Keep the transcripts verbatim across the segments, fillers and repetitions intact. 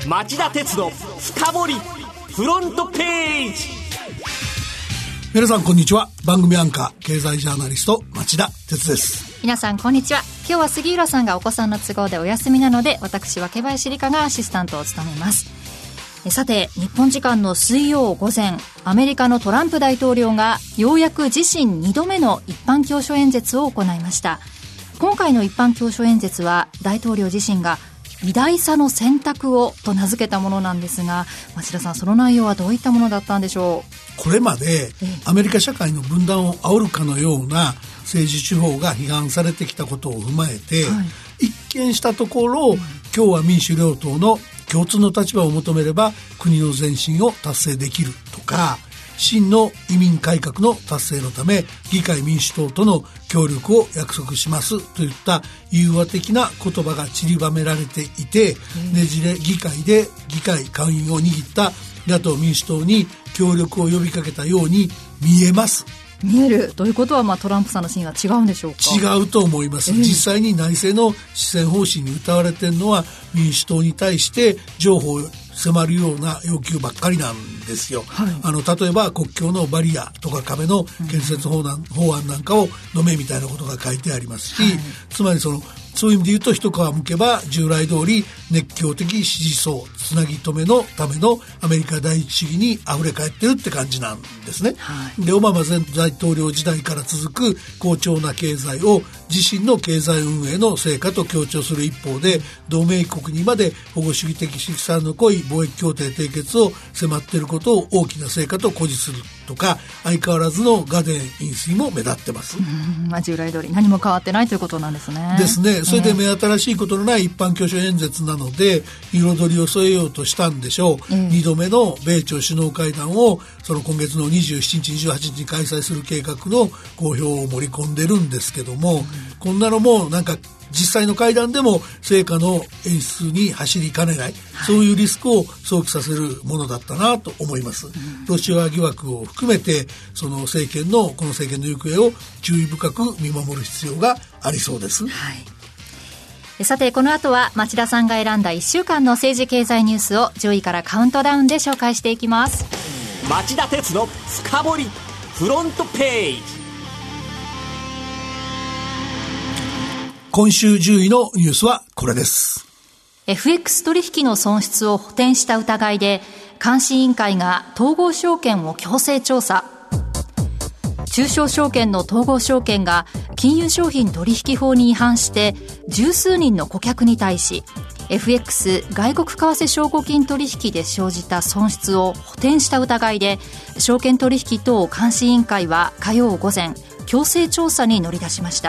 町田鉄の深掘りフロントページ。 皆さんこんにちは。番組アンカー経済ジャーナリスト町田鉄です。 皆さんこんにちは。今日は杉浦さんがお子さんの都合でお休みなので、私は毛林理香がアシスタントを務めます。さて、日本時間の水曜午前、アメリカのトランプ大統領がようやく自身にどめの一般教書演説を行いました。今回の一般教書演説は大統領自身が偉大さの選択をと名付けたものなんですが、町田さん、その内容はどういったものだったんでしょう。 これまでアメリカ社会の分断を煽るかのような政治手法が批判されてきたことを踏まえて、はい、一見したところ、うん、共和民主両党の共通の立場を求めれば国の前進を達成できるとか、真の移民改革の達成のため議会民主党との協力を約束しますといった融和的な言葉が散りばめられていて、ねじれ議会で議会下院を握った野党民主党に協力を呼びかけたように見えます。 見えるということは、まあ、トランプさんの真意は違うんでしょうか。 違うと思います、えー、実際に内政の施政方針に謳われているのは民主党に対して譲歩を迫るような要求ばっかりなんですよ、はい、あの例えば国境のバリアとか壁の建設法案、うん、法案なんかを飲めみたいなことが書いてありますし、はい、つまりそのそういう意味で言うと、一皮むけば従来通り熱狂的支持層つなぎ止めのためのアメリカ第一主義に溢れ返ってるって感じなんですね、はい、でオバマ前大統領時代から続く好調な経済を自身の経済運営の成果と強調する一方で、同盟国にまで保護主義的色彩の濃い貿易協定締結を迫っていることを大きな成果と誇示するとか、相変わらずのガデン飲水も目立ってます。 うん、まあ、従来通り何も変わってないということなんですね。 ですね。それで目新しいことのない一般教書演説なので彩りを添えようとしたんでしょう、えー、にどめの米朝首脳会談をその今月のにじゅうしちにちにじゅうはちにちに開催する計画の公表を盛り込んでるんですけども、うん、こんなのもなんか実際の会談でも成果の演出に走りかねない、はい、そういうリスクを想起させるものだったなと思います、うん、ロシア疑惑を含めてその政権のこの政権の行方を注意深く見守る必要がありそうです、 はい。さて、この後は町田さんが選んだいっしゅうかんの政治経済ニュースをじゅういからカウントダウンで紹介していきます。 町田鉄の深掘りフロントページ。 今週じゅういのニュースはこれです。 エフエックス 取引の損失を補填した疑いで監視委員会が統合証券を強制調査。中小証券の統合証券が金融商品取引法に違反して十数人の顧客に対し エフエックス 外国為替証拠金取引で生じた損失を補填した疑いで証券取引等監視委員会は火曜午前強制調査に乗り出しました。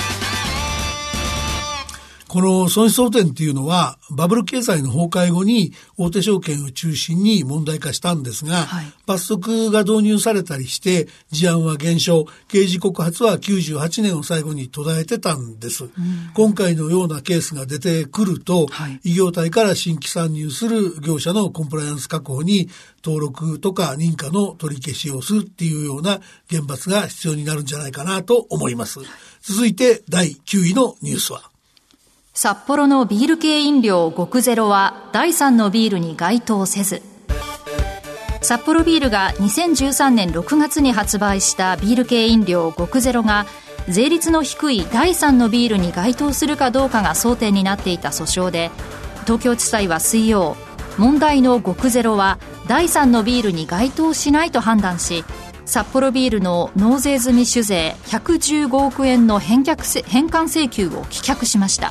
この損失補填っていうのはバブル経済の崩壊後に大手証券を中心に問題化したんですが、はい、罰則が導入されたりして事案は減少、刑事告発はきゅうじゅうはちねんを最後に途絶えてたんです、うん、今回のようなケースが出てくると、はい、異業体から新規参入する業者のコンプライアンス確保に登録とか認可の取り消しをするっていうような厳罰が必要になるんじゃないかなと思います。続いてだいきゅういのニュースは、 札幌のビール系飲料極ゼロはだいさんのビールに該当せず。札幌ビールがにせんじゅうさんねんろくがつに発売したビール系飲料極ゼロが税率の低いだいさんのビールに該当するかどうかが争点になっていた訴訟で、東京地裁は水曜、問題の極ゼロはだいさんのビールに該当しないと判断し、札幌ビールの納税済み酒税ひゃくじゅうごおくえんの返却返還請求を棄却しました。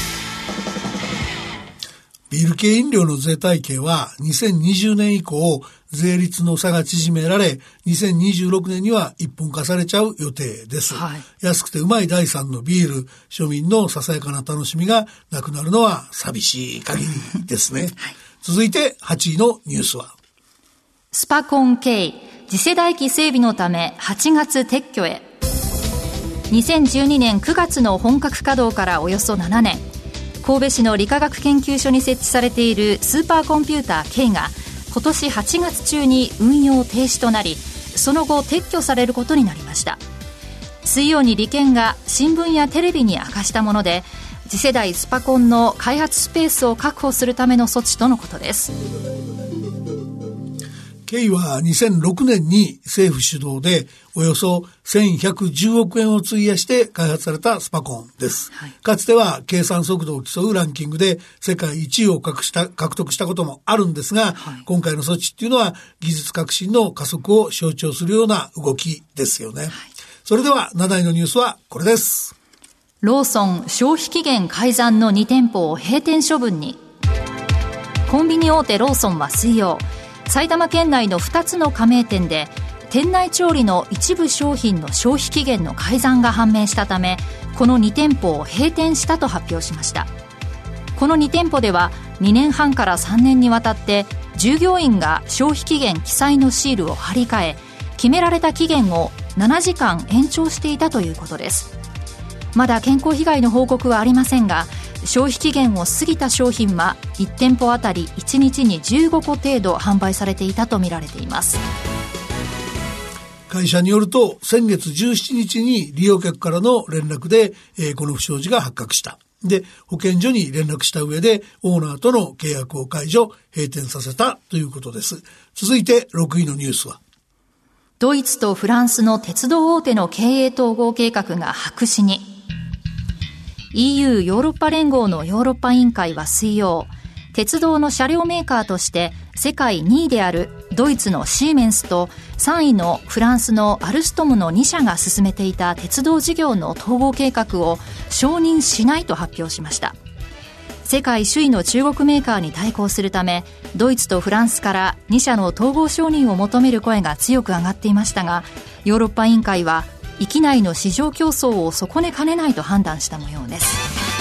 ビール系飲料の税体系はにせんにじゅうねん以降税率の差が縮められにせんにじゅうろくねんには一本化されちゃう予定です、はい、安くてうまいだいさんのビール、庶民のささやかな楽しみがなくなるのは寂しい限りですね、はい、続いてはちいのニュースは、 スパコン K 次世代機整備のためはちがつ撤去へ。にせんじゅうにねんくがつの本格稼働からおよそななねん、神戸市の理化学研究所に設置されているスーパーコンピューター K が今年はちがつ中に運用停止となり、その後撤去されることになりました。水曜に理研が新聞やテレビに明かしたもので、 次世代スパコンの開発スペースを確保するための措置とのことです。 経緯はにせんろくねんに政府主導でおよそせんひゃくじゅうおくえんを費やして開発されたスパコンです、はい、かつては計算速度を競うランキングで世界いちいを獲した獲得したこともあるんですが、はい、今回の措置っていうのは技術革新の加速を象徴するような動きですよね、はい、それではなないのニュースはこれです。 ローソン消費期限改ざんのに店舗を閉店処分に。コンビニ大手ローソンは水曜、埼玉県内のふたつの加盟店で店内調理の一部商品の消費期限の改ざんが判明したため、このに店舗を閉店したと発表しました。このに店舗ではにねんはんからさんねんにわたって従業員が消費期限記載のシールを貼り替え、決められた期限をななじかん延長していたということです。まだ健康被害の報告はありませんが、消費期限を過ぎた商品はいち店舗あたりいちにちにじゅうごこ程度販売されていたとみられています。 会社によると先月じゅうしちにちに利用客からの連絡で、えー、この不祥事が発覚した。で、保健所に連絡した上でオーナーとの契約を解除、閉店させたということです。続いてろくいのニュースは、 ドイツとフランスの鉄道大手の経営統合計画が白紙に。イーユー ヨーロッパ連合のヨーロッパ委員会は水曜、鉄道の車両メーカーとして世界にいであるドイツのシーメンスとさんいのフランスのアルストムのにしゃが進めていた鉄道事業の統合計画を承認しないと発表しました。世界首位の中国メーカーに対抗するため、ドイツとフランスからに社の統合承認を求める声が強く上がっていましたが、ヨーロッパ委員会は域内の市場競争を損ねかねないと判断した模様です。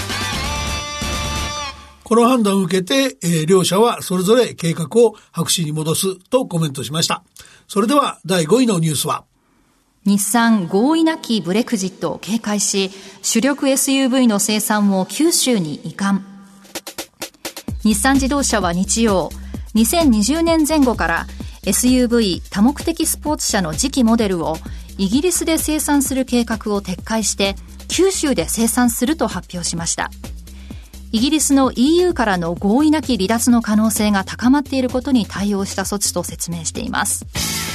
この判断を受けて、えー、両社はそれぞれ計画を白紙に戻すとコメントしました。それではだいごいのニュースは、 日産合意なきブレクジットを警戒し、主力 エスユーブイ の生産を九州に移管。日産自動車は日曜、にせんにじゅうねんぜん後から エスユーブイ 多目的スポーツ車の次期モデルをイギリスで生産する計画を撤回して九州で生産すると発表しました。イギリスの イーユー からの合意なき離脱の可能性が高まっていることに対応した措置と説明しています。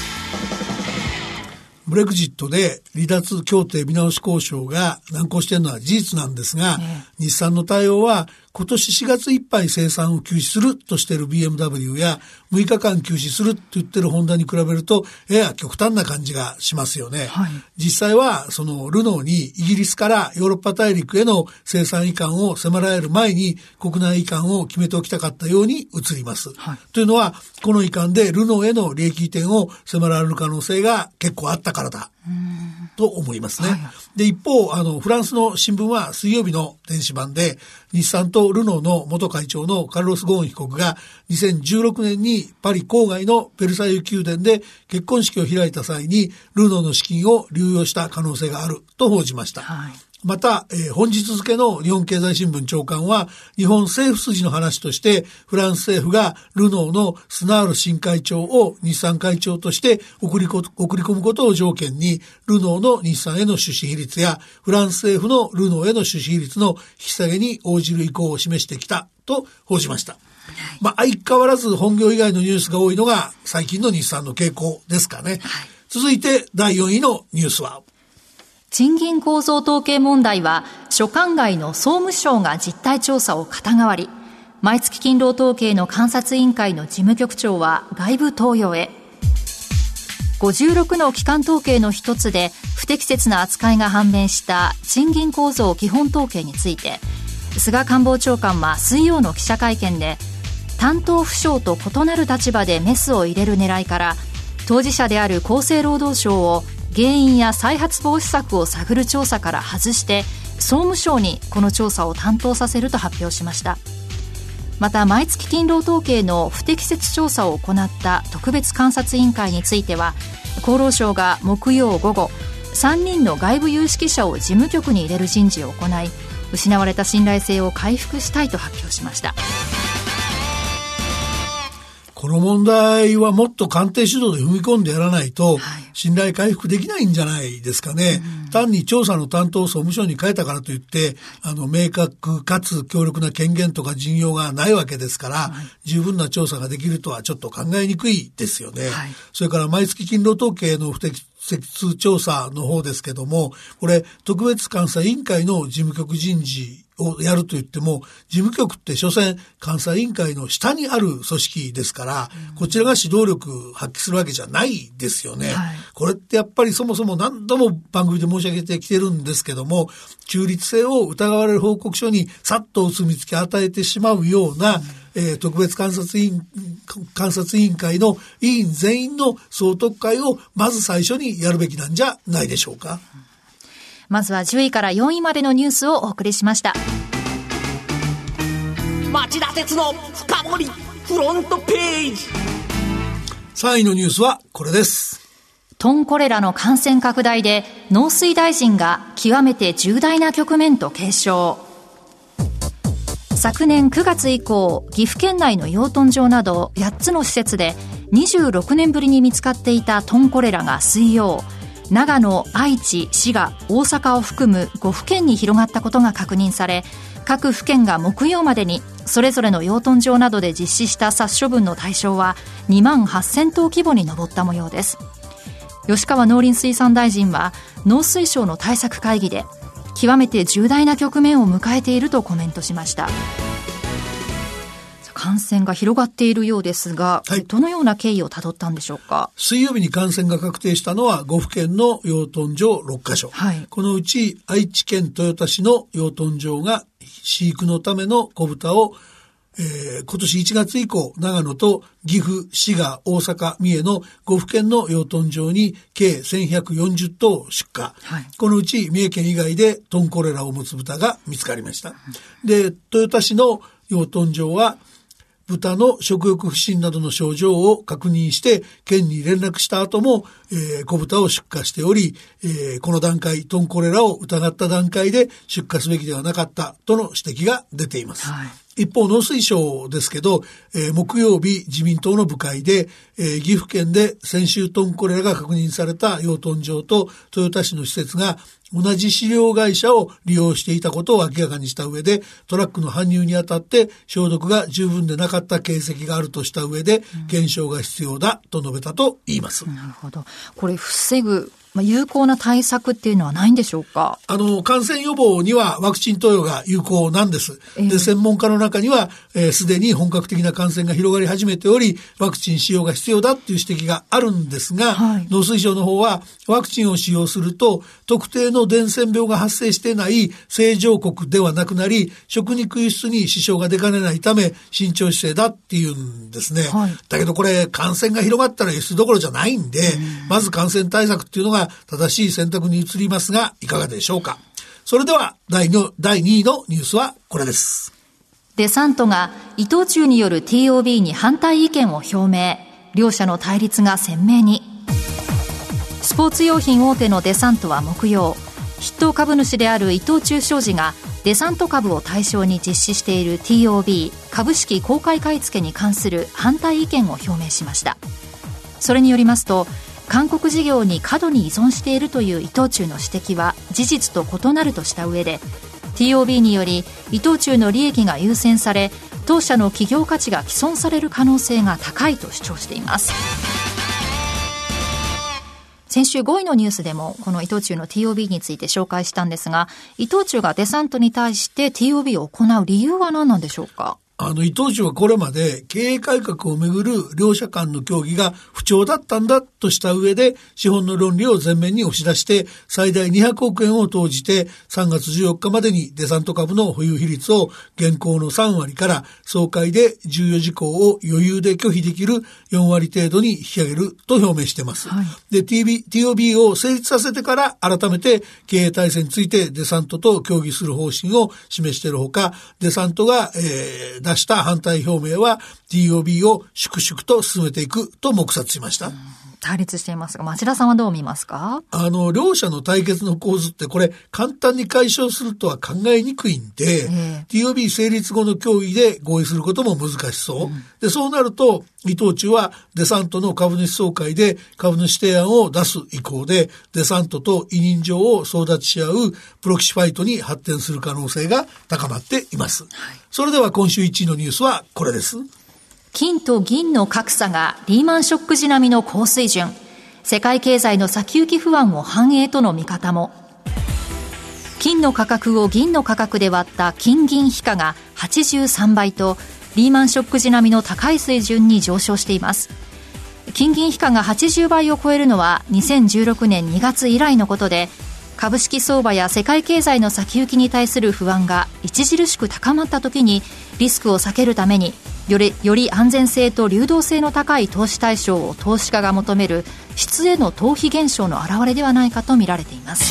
ブレクジットで離脱協定見直し交渉が難航しているのは事実なんですが、ね、日産の対応は今年しがついっぱい生産を休止するとしている ビーエムダブリュー やむいかかん休止すると言っているホンダに比べるとやや極端な感じがしますよね、はい、実際はそのルノーにイギリスからヨーロッパ大陸への生産移管を迫られる前に国内移管を決めておきたかったように映ります、はい、というのはこの移管でルノーへの利益移転を迫られる可能性が結構あったからだと思いますね、はい、で一方あのフランスの新聞は水曜日の電子版で日産とルノーの元会長のカルロス・ゴーン被告がにせんじゅうろくねんにパリ郊外のベルサイユ宮殿で結婚式を開いた際にルノーの資金を流用した可能性があると報じました、はい。また、えー、本日付の日本経済新聞長官は日本政府筋の話としてフランス政府がルノーのスナール新会長を日産会長として送りこ、送り込むことを条件にルノーの日産への出資比率やフランス政府のルノーへの出資比率の引き下げに応じる意向を示してきたと報じました。まあ、相変わらず本業以外のニュースが多いのが最近の日産の傾向ですかね、はい。続いてだいよんいのニュースは、 賃金構造統計問題は所管外の総務省が実態調査を肩代わり、毎月勤労統計の監察委員会の事務局長は外部登用へ。ごじゅうろくの基幹統計の一つで不適切な扱いが判明した賃金構造基本統計について、菅官房長官は水曜の記者会見で、担当府省と異なる立場でメスを入れる狙いから当事者である厚生労働省を原因や再発防止策を探る調査から外して総務省にこの調査を担当させると発表しました。また毎月勤労統計の不適切調査を行った特別監察委員会については厚労省が木曜午後さんにんの外部有識者を事務局に入れる人事を行い、失われた信頼性を回復したいと発表しました。 この問題はもっと官邸主導で踏み込んでやらないと信頼回復できないんじゃないですかね、うん、単に調査の担当を総務省に変えたからといってあの明確かつ強力な権限とか陣容がないわけですから、はい、十分な調査ができるとはちょっと考えにくいですよね、はい、それから毎月勤労統計の不適切調査の方ですけども、これ特別監査委員会の事務局人事をやると言っても、事務局って所詮監査委員会の下にある組織ですから、うん、こちらが指導力発揮するわけじゃないですよね、はい、これってやっぱりそもそも何度も番組で申し上げてきてるんですけども、中立性を疑われる報告書にさっとお墨付き与えてしまうような、うんえー、特別監察委員監察委員会の委員全員の総督会をまず最初にやるべきなんじゃないでしょうか。 まずはじゅういからよんいまでのニュースをお送りしました。 町田鉄の深掘りフロントページ。 さんいのニュースはこれです。 トンコレラの感染拡大で農水大臣が極めて重大な局面と警鐘。昨年くがつ以降、岐阜県内の養豚場などやっつの施設でにじゅうろくねんぶりに見つかっていたトンコレラが水曜、長野、愛知、滋賀、大阪を含むごふけんに広がったことが確認され、各府県が木曜までにそれぞれの養豚場などで実施した殺処分の対象はにまんはっせんとう規模に上った模様です。吉川農林水産大臣は農水省の対策会議で極めて重大な局面を迎えているとコメントしました。感染が広がっているようですが、はい、どのような経緯をたどったんでしょうか。 水曜日に感染が確定したのはごふけんの養豚場ろっかしょ、はい、このうち愛知県豊田市の養豚場が飼育のための子豚をえー、今年いちがつ以降、長野と岐阜、滋賀、大阪、三重のごふけんの養豚場に計せんひゃくよんじゅっとう出荷、はい、このうち三重県以外でトンコレラを持つ豚が見つかりました。で、豊田市の養豚場は豚の食欲不振などの症状を確認して県に連絡した後も、えー、子豚を出荷しており、えー、この段階トンコレラを疑った段階で出荷すべきではなかったとの指摘が出ています、はい、一方農水省ですけど、えー、木曜日自民党の部会で、えー、岐阜県で先週トンコレラが確認された養豚場と豊田市の施設が同じ飼料会社を利用していたことを明らかにした上で、トラックの搬入にあたって消毒が十分でなかった形跡があるとした上で、検証が必要だと述べたと言います。 なるほど。これ防ぐまあ、有効な対策っていうのはないんでしょうか。 あの感染予防にはワクチン投与が有効なんです、えー、で専門家の中にはすで、えー、に本格的な感染が広がり始めておりワクチン使用が必要だっていう指摘があるんですが、はい、農水省の方はワクチンを使用すると特定の伝染病が発生していない正常国ではなくなり食肉輸出に支障が出かねないため慎重姿勢だっていうんですね、はい、だけどこれ感染が広がったら輸出どころじゃないんで、うん、まず感染対策っていうのが正しい選択に移りますがいかがでしょうか。それでは第のだいにいのニュースはこれです。 デサントが伊藤忠による ティーオービー に反対意見を表明。両者の対立が鮮明に。スポーツ用品大手のデサントは木曜、筆頭株主である伊藤忠商事がデサント株を対象に実施している ティーオービー 株式公開買い付けに関する反対意見を表明しました。それによりますと韓国事業に過度に依存しているという伊藤忠の指摘は事実と異なるとした上で ティーオービー により伊藤忠の利益が優先され当社の企業価値が毀損される可能性が高いと主張しています。先週ごいのニュースでもこの伊藤忠の ティーオービー について紹介したんですが、伊藤忠がデサントに対して ティーオービー を行う理由は何なんでしょうか。 あの伊藤忠はこれまで経営改革をめぐる両者間の協議が不調だったんだとした上で資本の論理を前面に押し出して最大にひゃくおくえんを投じてさんがつじゅうよっかまでにデサント株の保有比率を現行のさんわりから総会で重要事項を余裕で拒否できるよんわり程度に引き上げると表明しています、はい、で ティーオービー を成立させてから改めて経営体制についてデサントと協議する方針を示しているほか、デサントが、えー、出した反対表明は ティーオービー を粛々と進めていくと黙殺しました。 対立していますが、町田さんはどう見ますか？ あの、両者の対決の構図ってこれ簡単に解消するとは考えにくいんで、えー、ティーオービー 成立後の協議で合意することも難しそう。うん、で、そうなると、伊藤忠はデサントの株主総会で株主提案を出す意向で、デサントと委任状を争奪し合うプロキシファイトに発展する可能性が高まっています。はい、それでは今週いちいのニュースはこれです。 金と銀の格差がリーマンショック時並みの高水準。世界経済の先行き不安を反映との見方も。金の価格を銀の価格で割った金銀比価がはちじゅうさんばいと、リーマンショック時並みの高い水準に上昇しています。金銀比価がはちじゅうばいを超えるのはにせんじゅうろくねんにがつ以来のことで、株式相場や世界経済の先行きに対する不安が著しく高まった時に、リスクを避けるためにより、より安全性と流動性の高い投資対象を投資家が求める質への逃避現象の表れではないかと見られています。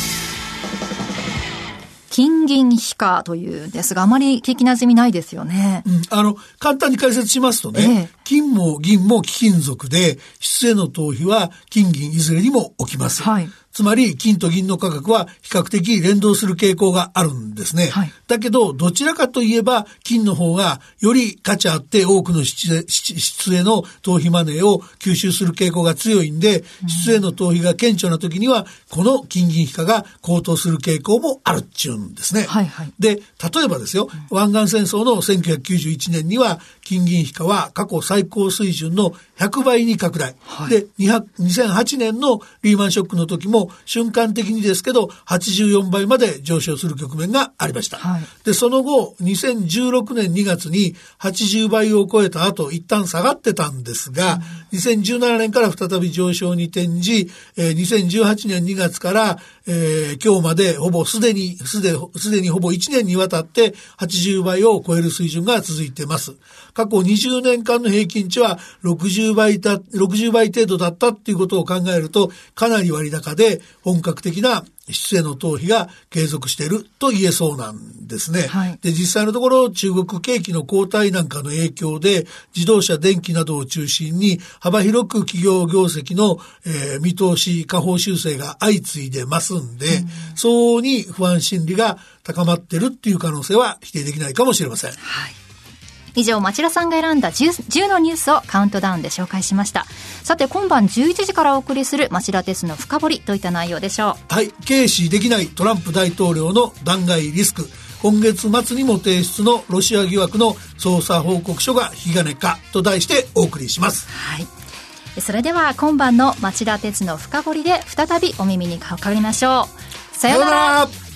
金銀比価というんですが、あまり聞きなじみないですよね。 うん、あの簡単に解説しますとね、ええ、金も銀も貴金属で、質への逃避は金銀いずれにも起きます。はい、つまり金と銀の価格は比較的連動する傾向があるんですね。はい、だけどどちらかといえば金の方がより価値あって多くの質へ、質への逃避マネーを吸収する傾向が強いんで、うん、質への逃避が顕著な時にはこの金銀比価が高騰する傾向もあるっちゅうんですね。はいはい、で、例えばですよ、うん、湾岸戦争のせんきゅうひゃくきゅうじゅういちねんには金銀比価は過去最高水準のひゃくばいに拡大、はい、でにせんはちねんのリーマンショックの時も瞬間的にですけどはちじゅうよんばいまで上昇する局面がありました。はい、でその後にせんじゅうろくねんにがつにはちじゅうばいを超えた後一旦下がってたんですが、うん、にせんじゅうななねんから再び上昇に転じ、えー、にせんじゅうはちねんにがつから、えー、今日までほぼすでにすで、すでにほぼいちねんにわたってはちじゅうばいを超える水準が続いています。過去にじゅうねんかんの平均値はろくじゅうばいだ、ろくじゅうばい程度だったっていうことを考えると、かなり割高で本格的な質への逃避が継続していると言えそうなんですね。はい、で実際のところ中国景気の後退なんかの影響で自動車電機などを中心に幅広く企業業績の、えー、見通し下方修正が相次いでますんで、うん、相応に不安心理が高まっているっていう可能性は否定できないかもしれません。はい、 以上、町田さんが選んだ 10, じゅうのニュースをカウントダウンで紹介しました。さて今晩じゅういちじからお送りする町田鉄の深掘り、どういった内容でしょう？はい、軽視できないトランプ大統領の弾劾リスク、今月末にも提出のロシア疑惑の捜査報告書が引き金かと題してお送りします。 はい、それでは今晩の町田鉄の深掘りで再びお耳にかかりましょう。さようなら。